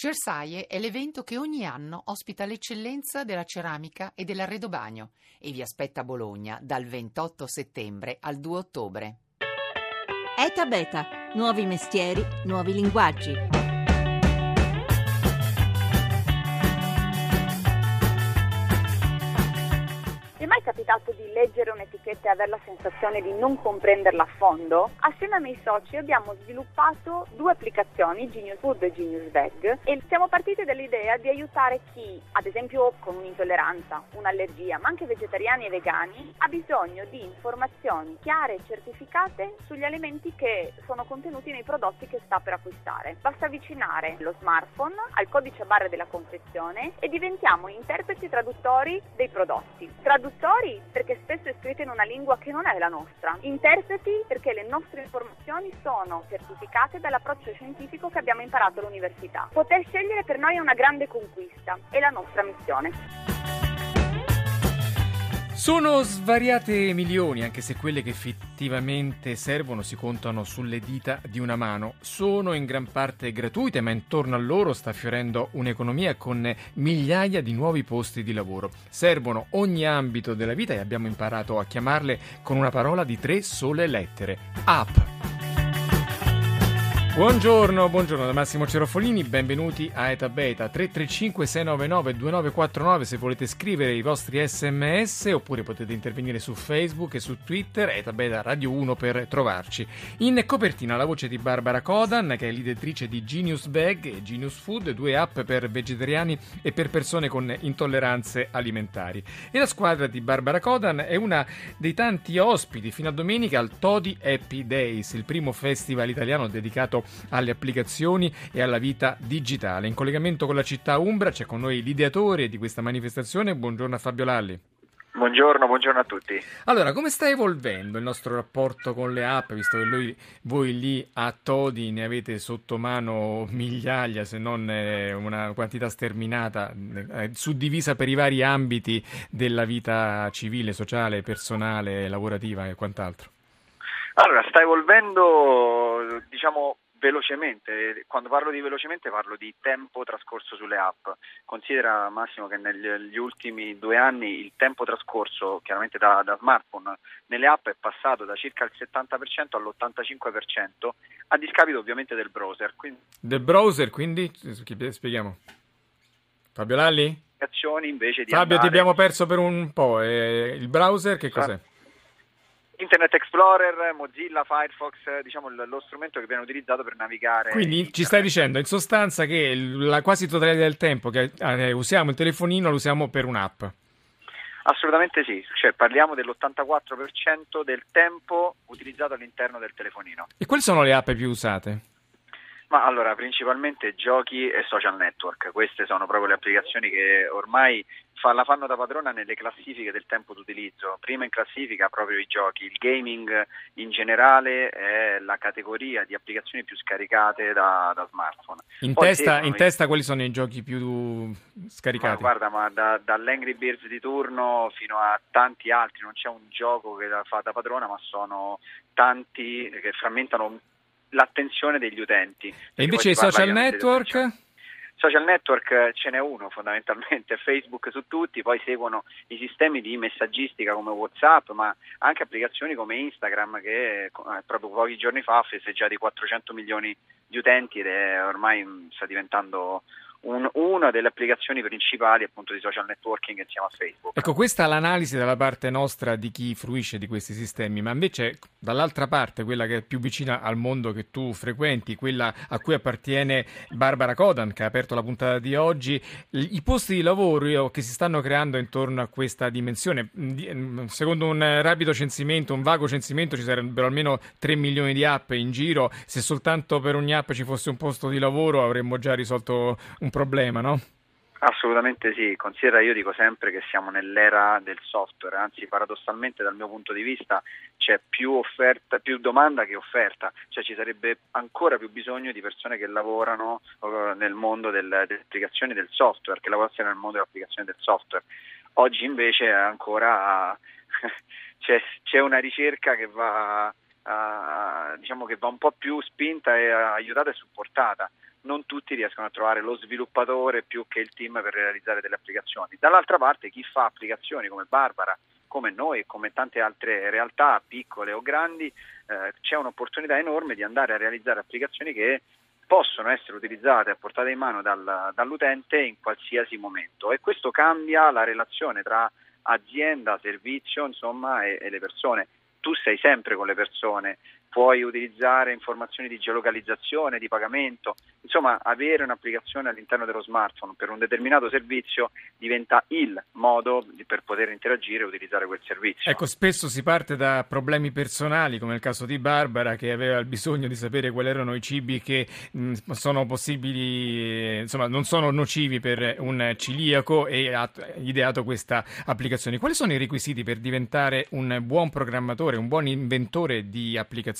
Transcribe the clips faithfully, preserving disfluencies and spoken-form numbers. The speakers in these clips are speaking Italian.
Cersaie è l'evento che ogni anno ospita l'eccellenza della ceramica e dell'arredobagno e vi aspetta a Bologna dal ventotto settembre al due ottobre. ETA Beta, nuovi mestieri, nuovi linguaggi. Vi è mai capitato di leggere un'etichetta e avere la sensazione di non comprenderla a fondo? Assieme ai miei soci abbiamo sviluppato due applicazioni, Genius Food e Genius Veg, e siamo partiti dall'idea di aiutare chi, ad esempio con un'intolleranza, un'allergia, ma anche vegetariani e vegani, ha bisogno di informazioni chiare e certificate sugli alimenti che sono contenuti nei prodotti che sta per acquistare. Basta avvicinare lo smartphone al codice a barre della confezione e diventiamo interpreti traduttori dei prodotti. Traduttori perché spesso è scritto in una lingua che non è la nostra, interpreti perché le nostre informazioni sono certificate dall'approccio scientifico che abbiamo imparato all'università. Poter scegliere per noi è una grande conquista, è la nostra missione. Sono svariate milioni, anche se quelle che effettivamente servono si contano sulle dita di una mano. Sono in gran parte gratuite, ma intorno a loro sta fiorendo un'economia con migliaia di nuovi posti di lavoro. Servono ogni ambito della vita e abbiamo imparato a chiamarle con una parola di tre sole lettere: app. Buongiorno, buongiorno da Massimo Cerofolini, benvenuti a ETA Beta. Tre tre cinque sei nove nove due nove quattro nove se volete scrivere i vostri sms, oppure potete intervenire su Facebook e su Twitter, ETA Beta Radio uno per trovarci. In copertina la voce di Barbara Kodan, che è l'editrice di Genius Veg e Genius Food, due app per vegetariani e per persone con intolleranze alimentari. E la squadra di Barbara Kodan è una dei tanti ospiti fino a domenica al Todi Happy Days, il primo festival italiano dedicato alle applicazioni e alla vita digitale. In collegamento con la città umbra c'è con noi l'ideatore di questa manifestazione. Buongiorno a Fabio Lalli. Buongiorno, buongiorno a tutti. Allora, come sta evolvendo il nostro rapporto con le app, visto che voi, voi lì a Todi ne avete sotto mano migliaia, se non una quantità sterminata, eh, suddivisa per i vari ambiti della vita civile, sociale, personale, lavorativa e quant'altro? Allora, sta evolvendo, diciamo, velocemente. Quando parlo di velocemente parlo di tempo trascorso sulle app. Considera, Massimo, che negli ultimi due anni il tempo trascorso chiaramente da, da smartphone nelle app è passato da circa il settanta per cento all'ottantacinque per cento, a discapito ovviamente del browser. Quindi... Del browser, quindi? Spieghiamo. Fabio Lalli? Invece di Fabio, andare... ti abbiamo perso per un po'. E il browser che cos'è? Internet Explorer, Mozilla, Firefox, diciamo lo strumento che viene utilizzato per navigare. Quindi internet. Ci stai dicendo in sostanza che la quasi totalità del tempo che eh, usiamo il telefonino lo usiamo per un'app? Assolutamente sì, cioè parliamo dell'ottantaquattro per cento del tempo utilizzato all'interno del telefonino. E quali sono le app più usate? Ma allora, principalmente giochi e social network. Queste sono proprio le applicazioni che ormai fa, la fanno da padrona nelle classifiche del tempo d'utilizzo. Prima in classifica proprio i giochi. Il gaming in generale è la categoria di applicazioni più scaricate da, da smartphone. In, Poi testa, in i... testa quali sono i giochi più scaricati? Ma guarda, ma da, dall'Angry Birds di turno fino a tanti altri. Non c'è un gioco che la fa da padrona, ma sono tanti che frammentano l'attenzione degli utenti. E invece i social network? Social network ce n'è uno fondamentalmente, Facebook su tutti, poi seguono i sistemi di messaggistica come WhatsApp, ma anche applicazioni come Instagram che eh, proprio pochi giorni fa ha festeggiato i quattrocento milioni di utenti ed è ormai mh, sta diventando Un, una delle applicazioni principali appunto di social networking insieme a Facebook. Ecco, questa è l'analisi dalla parte nostra di chi fruisce di questi sistemi, ma invece dall'altra parte, quella che è più vicina al mondo che tu frequenti, quella a cui appartiene Barbara Kodan, che ha aperto la puntata di oggi, i posti di lavoro che si stanno creando intorno a questa dimensione. Secondo un rapido censimento, un vago censimento, ci sarebbero almeno tre milioni di app in giro. Se soltanto per ogni app ci fosse un posto di lavoro avremmo già risolto un problema, no? Assolutamente sì, considera, io dico sempre che siamo nell'era del software, anzi paradossalmente dal mio punto di vista c'è più offerta, più domanda che offerta, cioè ci sarebbe ancora più bisogno di persone che lavorano nel mondo del, delle applicazioni del software, che lavorassero nel mondo delle applicazioni del software. Oggi invece ancora c'è, c'è una ricerca che va, uh, diciamo che va un po' più spinta e aiutata e supportata. non tutti riescono a trovare lo sviluppatore più che il team per realizzare delle applicazioni. Dall'altra parte chi fa applicazioni come Barbara, come noi e come tante altre realtà piccole o grandi, eh, c'è un'opportunità enorme di andare a realizzare applicazioni che possono essere utilizzate a portata di mano dal, dall'utente in qualsiasi momento, e questo cambia la relazione tra azienda, servizio, insomma, e, e le persone. Tu sei sempre con le persone, puoi utilizzare informazioni di geolocalizzazione, di pagamento, insomma avere un'applicazione all'interno dello smartphone per un determinato servizio diventa il modo di, per poter interagire e utilizzare quel servizio. Ecco, spesso si parte da problemi personali, come nel caso di Barbara, che aveva il bisogno di sapere quali erano i cibi che mh, sono possibili, insomma non sono nocivi per un celiaco, e ha ideato questa applicazione. Quali sono i requisiti per diventare un buon programmatore, un buon inventore di applicazioni?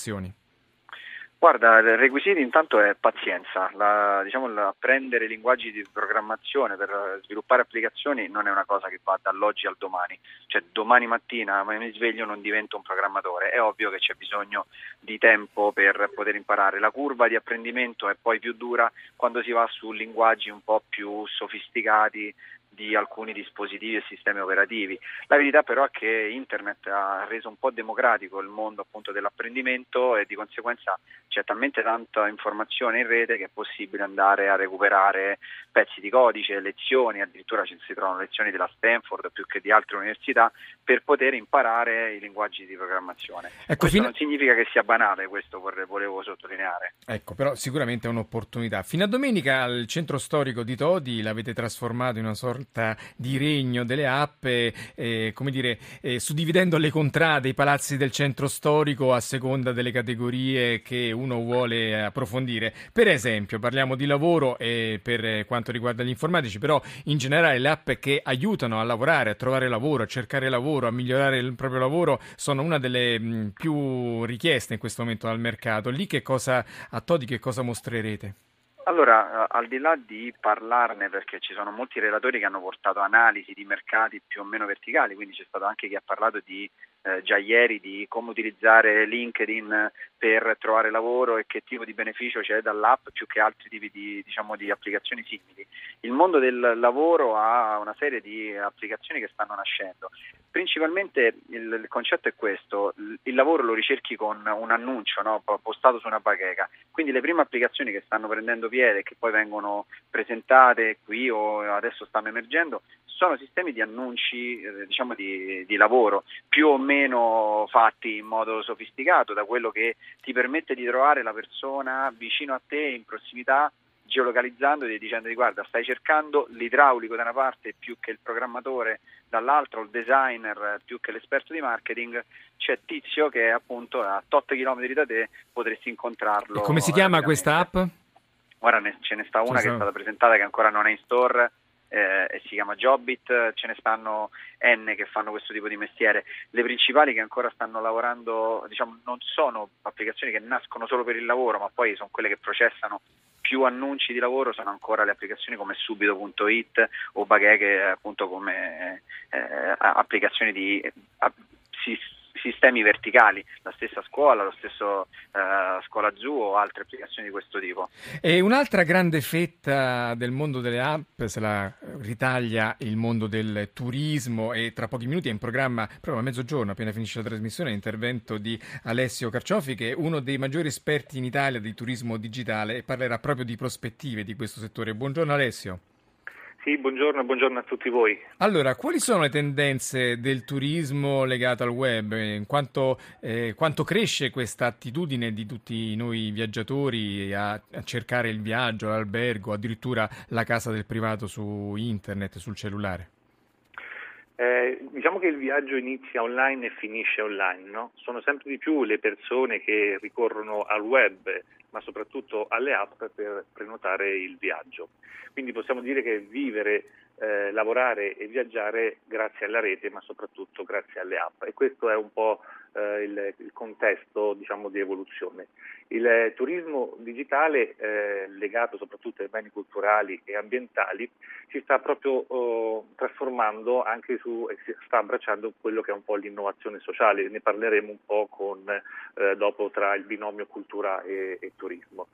Guarda, i requisiti intanto è pazienza, la, diciamo, la, apprendere linguaggi di programmazione per sviluppare applicazioni non è una cosa che va dall'oggi al domani, cioè domani mattina ma mi sveglio non divento un programmatore, è ovvio che c'è bisogno di tempo per poter imparare. La curva di apprendimento è poi più dura quando si va su linguaggi un po' più sofisticati di alcuni dispositivi e sistemi operativi. La verità però è che internet ha reso un po' democratico il mondo appunto dell'apprendimento, e di conseguenza c'è talmente tanta informazione in rete che è possibile andare a recuperare pezzi di codice, lezioni, addirittura ci si trovano lezioni della Stanford più che di altre università per poter imparare i linguaggi di programmazione. Ecco, questo fino... non significa che sia banale, questo vorrei, volevo sottolineare. Ecco, però sicuramente è un'opportunità. Fino a domenica al centro storico di Todi l'avete trasformato in una sorta di regno delle app, eh, come dire, eh, suddividendo le contrade, i palazzi del centro storico a seconda delle categorie che uno vuole approfondire. Per esempio, parliamo di lavoro e per quanto riguarda gli informatici, però in generale le app che aiutano a lavorare, a trovare lavoro, a cercare lavoro, a migliorare il proprio lavoro sono una delle mh, più richieste in questo momento al mercato. Lì che cosa, a Todi, che cosa mostrerete? Allora, al di là di parlarne, perché ci sono molti relatori che hanno portato analisi di mercati più o meno verticali, quindi c'è stato anche chi ha parlato di eh, già ieri di come utilizzare LinkedIn per trovare lavoro e che tipo di beneficio c'è dall'app più che altri tipi di, diciamo, di applicazioni simili. Il mondo del lavoro ha una serie di applicazioni che stanno nascendo. Principalmente il, il concetto è questo: il, il lavoro lo ricerchi con un annuncio, no? Postato su una bacheca, quindi le prime applicazioni che stanno prendendo piede e che poi vengono presentate qui o adesso stanno emergendo sono sistemi di annunci, eh, diciamo di, di lavoro, più o meno fatti in modo sofisticato, da quello che ti permette di trovare la persona vicino a te, in prossimità, geolocalizzandoti e dicendoti: guarda, stai cercando l'idraulico da una parte più che il programmatore dall'altra, o il designer più che l'esperto di marketing, c'è Tizio che è appunto a tot chilometri da te, potresti incontrarlo. E come si chiama questa app? Guarda, ne, ce ne sta una Ci che sono... è stata presentata che ancora non è in store, eh, e si chiama Jobbit, ce ne stanno N che fanno questo tipo di mestiere. Le principali che ancora stanno lavorando, diciamo, non sono applicazioni che nascono solo per il lavoro, ma poi sono quelle che processano più annunci di lavoro, sono ancora le applicazioni come subito punto it o Bacheche, appunto come eh, applicazioni di eh, sistemi verticali, la stessa scuola, lo stesso eh, Scuola Zoo o altre applicazioni di questo tipo. E un'altra grande fetta del mondo delle app se la ritaglia il mondo del turismo, e tra pochi minuti è in programma, proprio a mezzogiorno, appena finisce la trasmissione, l'intervento di Alessio Carciofi, che è uno dei maggiori esperti in Italia di turismo digitale, e parlerà proprio di prospettive di questo settore. Buongiorno Alessio. Sì, buongiorno, buongiorno a tutti voi. Allora, quali sono le tendenze del turismo legato al web? In quanto, eh, quanto cresce questa attitudine di tutti noi viaggiatori a, a cercare il viaggio, l'albergo, addirittura la casa del privato su internet, sul cellulare? Eh, diciamo che il viaggio inizia online e finisce online, no? Sono sempre di più le persone che ricorrono al web, ma soprattutto alle app per prenotare il viaggio. Quindi possiamo dire che vivere eh, lavorare e viaggiare grazie alla rete, ma soprattutto grazie alle app, e questo è un po' eh, il, il contesto, diciamo, di evoluzione. Il eh, turismo digitale, eh, legato soprattutto ai beni culturali e ambientali, si sta proprio eh, trasformando anche su, e si sta abbracciando quello che è un po' l'innovazione sociale. Ne parleremo un po' con, eh, dopo tra il binomio cultura e, e turismo.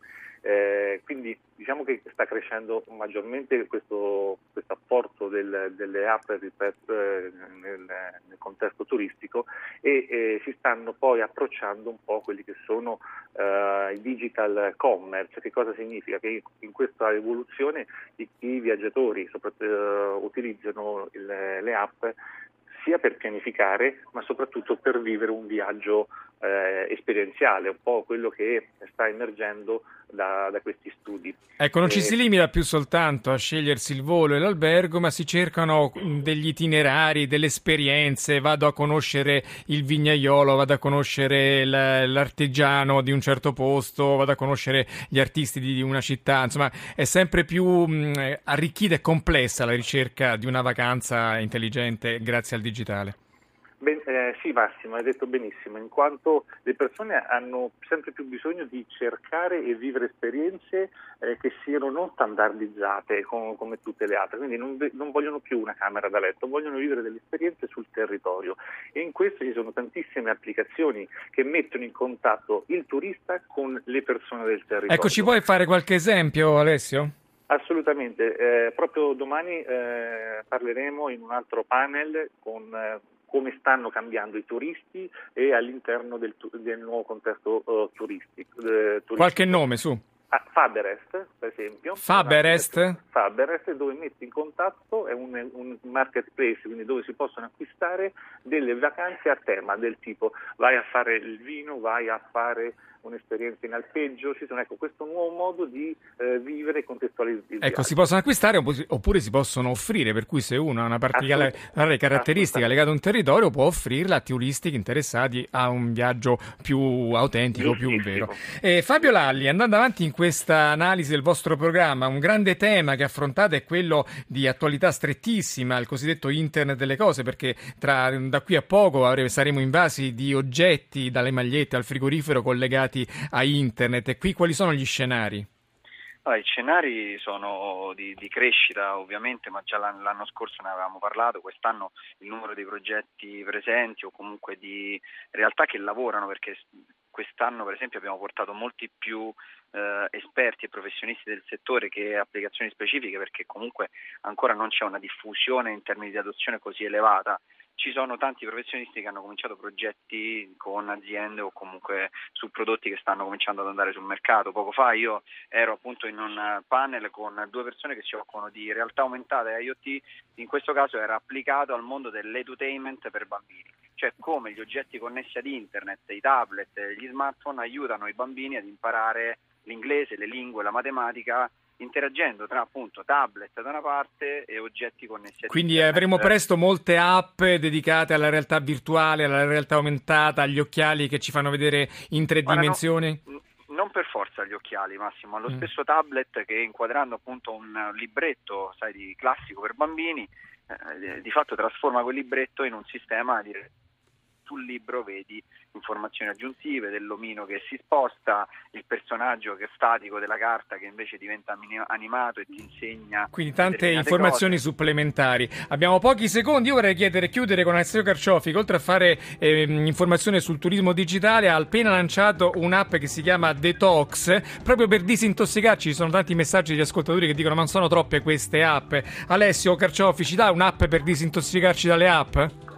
Eh, quindi diciamo che sta crescendo maggiormente questo, questo apporto del, delle app rispetto, eh, nel, nel contesto turistico, e eh, si stanno poi approcciando un po' quelli che sono eh, i digital commerce. Che cosa significa? Che in questa evoluzione i, i viaggiatori soprattutto, eh, utilizzano il, le app sia per pianificare, ma soprattutto per vivere un viaggio eh, esperienziale, un po' quello che sta emergendo da, da questi studi. Ecco, non eh, ci si limita più soltanto a scegliersi il volo e l'albergo, ma si cercano degli itinerari, delle esperienze. Vado a conoscere il vignaiolo, vado a conoscere l'artigiano di un certo posto, vado a conoscere gli artisti di una città. Insomma, è sempre più mh, arricchita e complessa la ricerca di una vacanza intelligente grazie al digitale. Ben, eh, sì Massimo, hai detto benissimo, in quanto le persone hanno sempre più bisogno di cercare e vivere esperienze eh, che siano non standardizzate com- come tutte le altre, quindi non, non vogliono più una camera da letto, vogliono vivere delle esperienze sul territorio, e in questo ci sono tantissime applicazioni che mettono in contatto il turista con le persone del territorio. Ecco, ci puoi fare qualche esempio, Alessio? Assolutamente, eh, proprio domani eh, parleremo in un altro panel con eh, come stanno cambiando i turisti e all'interno del, del nuovo contesto uh, turistico, eh, turistico. Qualche nome, su. Ah, Faberest, per esempio. Faberest? Faberest, dove mette in contatto, è un, un marketplace, quindi dove si possono acquistare delle vacanze a tema, del tipo vai a fare il vino, vai a fare un'esperienza in alpeggio. Ci sono, ecco, questo nuovo modo di eh, vivere e contestualizzare. Ecco, si possono acquistare oppure si possono offrire, per cui se uno ha una particolare caratteristica legata a un territorio può offrirla a turisti interessati a un viaggio più autentico, più vero. Eh, Fabio Lalli, andando avanti in questa analisi del vostro programma, un grande tema che affrontate è quello di attualità strettissima, il cosiddetto internet delle cose, perché tra, da qui a poco saremo invasi di oggetti, dalle magliette al frigorifero, collegati a internet. E qui quali sono gli scenari? Allora, i scenari sono di, di crescita ovviamente, ma già l'anno scorso ne avevamo parlato. Quest'anno il numero dei progetti presenti o comunque di realtà che lavorano, perché quest'anno per esempio abbiamo portato molti più eh, esperti e professionisti del settore che applicazioni specifiche, perché comunque ancora non c'è una diffusione in termini di adozione così elevata. Ci sono tanti professionisti che hanno cominciato progetti con aziende o comunque su prodotti che stanno cominciando ad andare sul mercato. Poco fa io ero appunto in un panel con due persone che si occupano di realtà aumentata e IoT, in questo caso era applicato al mondo dell'edutainment per bambini, cioè come gli oggetti connessi ad internet, i tablet, gli smartphone aiutano i bambini ad imparare l'inglese, le lingue, la matematica, interagendo tra appunto tablet da una parte e oggetti connessi a Quindi internet. avremo presto molte app dedicate alla realtà virtuale, alla realtà aumentata, agli occhiali che ci fanno vedere in tre Guarda, dimensioni? No, non per forza gli occhiali, Massimo, allo mm. stesso tablet che inquadrando appunto un libretto, sai, di classico per bambini, eh, di fatto trasforma quel libretto in un sistema di... Sul libro vedi informazioni aggiuntive dell'omino che si sposta, il personaggio che è statico della carta che invece diventa animato e ti insegna. Quindi tante informazioni cose. supplementari. Abbiamo pochi secondi, io vorrei chiedere, chiudere con Alessio Carciofi, che oltre a fare eh, informazione sul turismo digitale ha appena lanciato un'app che si chiama Detox, proprio per disintossicarci. Ci sono tanti messaggi degli ascoltatori che dicono ma non sono troppe queste app. Alessio Carciofi, ci dà un'app per disintossicarci dalle app?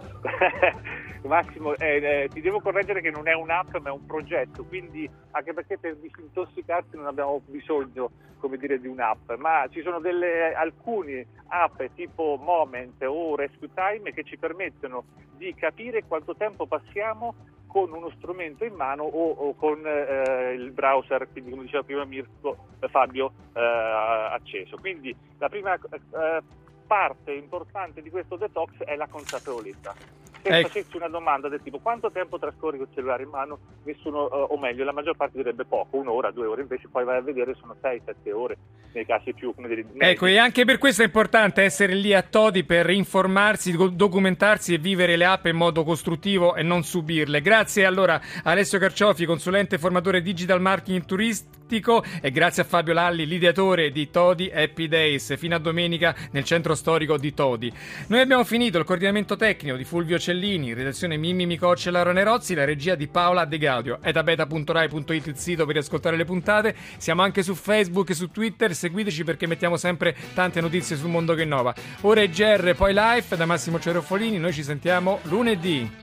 Massimo, eh, eh, ti devo correggere che non è un'app ma è un progetto, quindi anche perché per disintossicarsi non abbiamo bisogno, come dire, di un'app, ma ci sono delle alcune app tipo Moment o Rescue Time che ci permettono di capire quanto tempo passiamo con uno strumento in mano o, o con eh, il browser, quindi come diceva prima Mirko, eh, Fabio, eh, acceso. Quindi la prima eh, parte importante di questo detox è la consapevolezza. Se ecco. facessi una domanda del tipo quanto tempo trascorri col cellulare in mano, nessuno, uh, o meglio, la maggior parte direbbe poco, un'ora, due ore, invece poi vai a vedere sono sei, sette ore, nei casi più, come dire, ecco, e anche per questo è importante essere lì a Todi per informarsi, documentarsi e vivere le app in modo costruttivo e non subirle. Grazie allora a Alessio Carciofi, consulente e formatore digital marketing turistico, e grazie a Fabio Lalli, l'ideatore di Todi Happy Days, fino a domenica nel centro storico di Todi. Noi abbiamo finito. Il coordinamento tecnico di Fulvio Cellini, redazione Mimmi Micocci e Laura Nerozzi, la regia di Paola De Gaudio. etabeta punto rai punto it il sito per ascoltare le puntate. Siamo anche su Facebook e su Twitter, seguiteci perché mettiamo sempre tante notizie sul mondo che innova. Ora è G R, poi Life da Massimo Cerofolini. Noi ci sentiamo lunedì.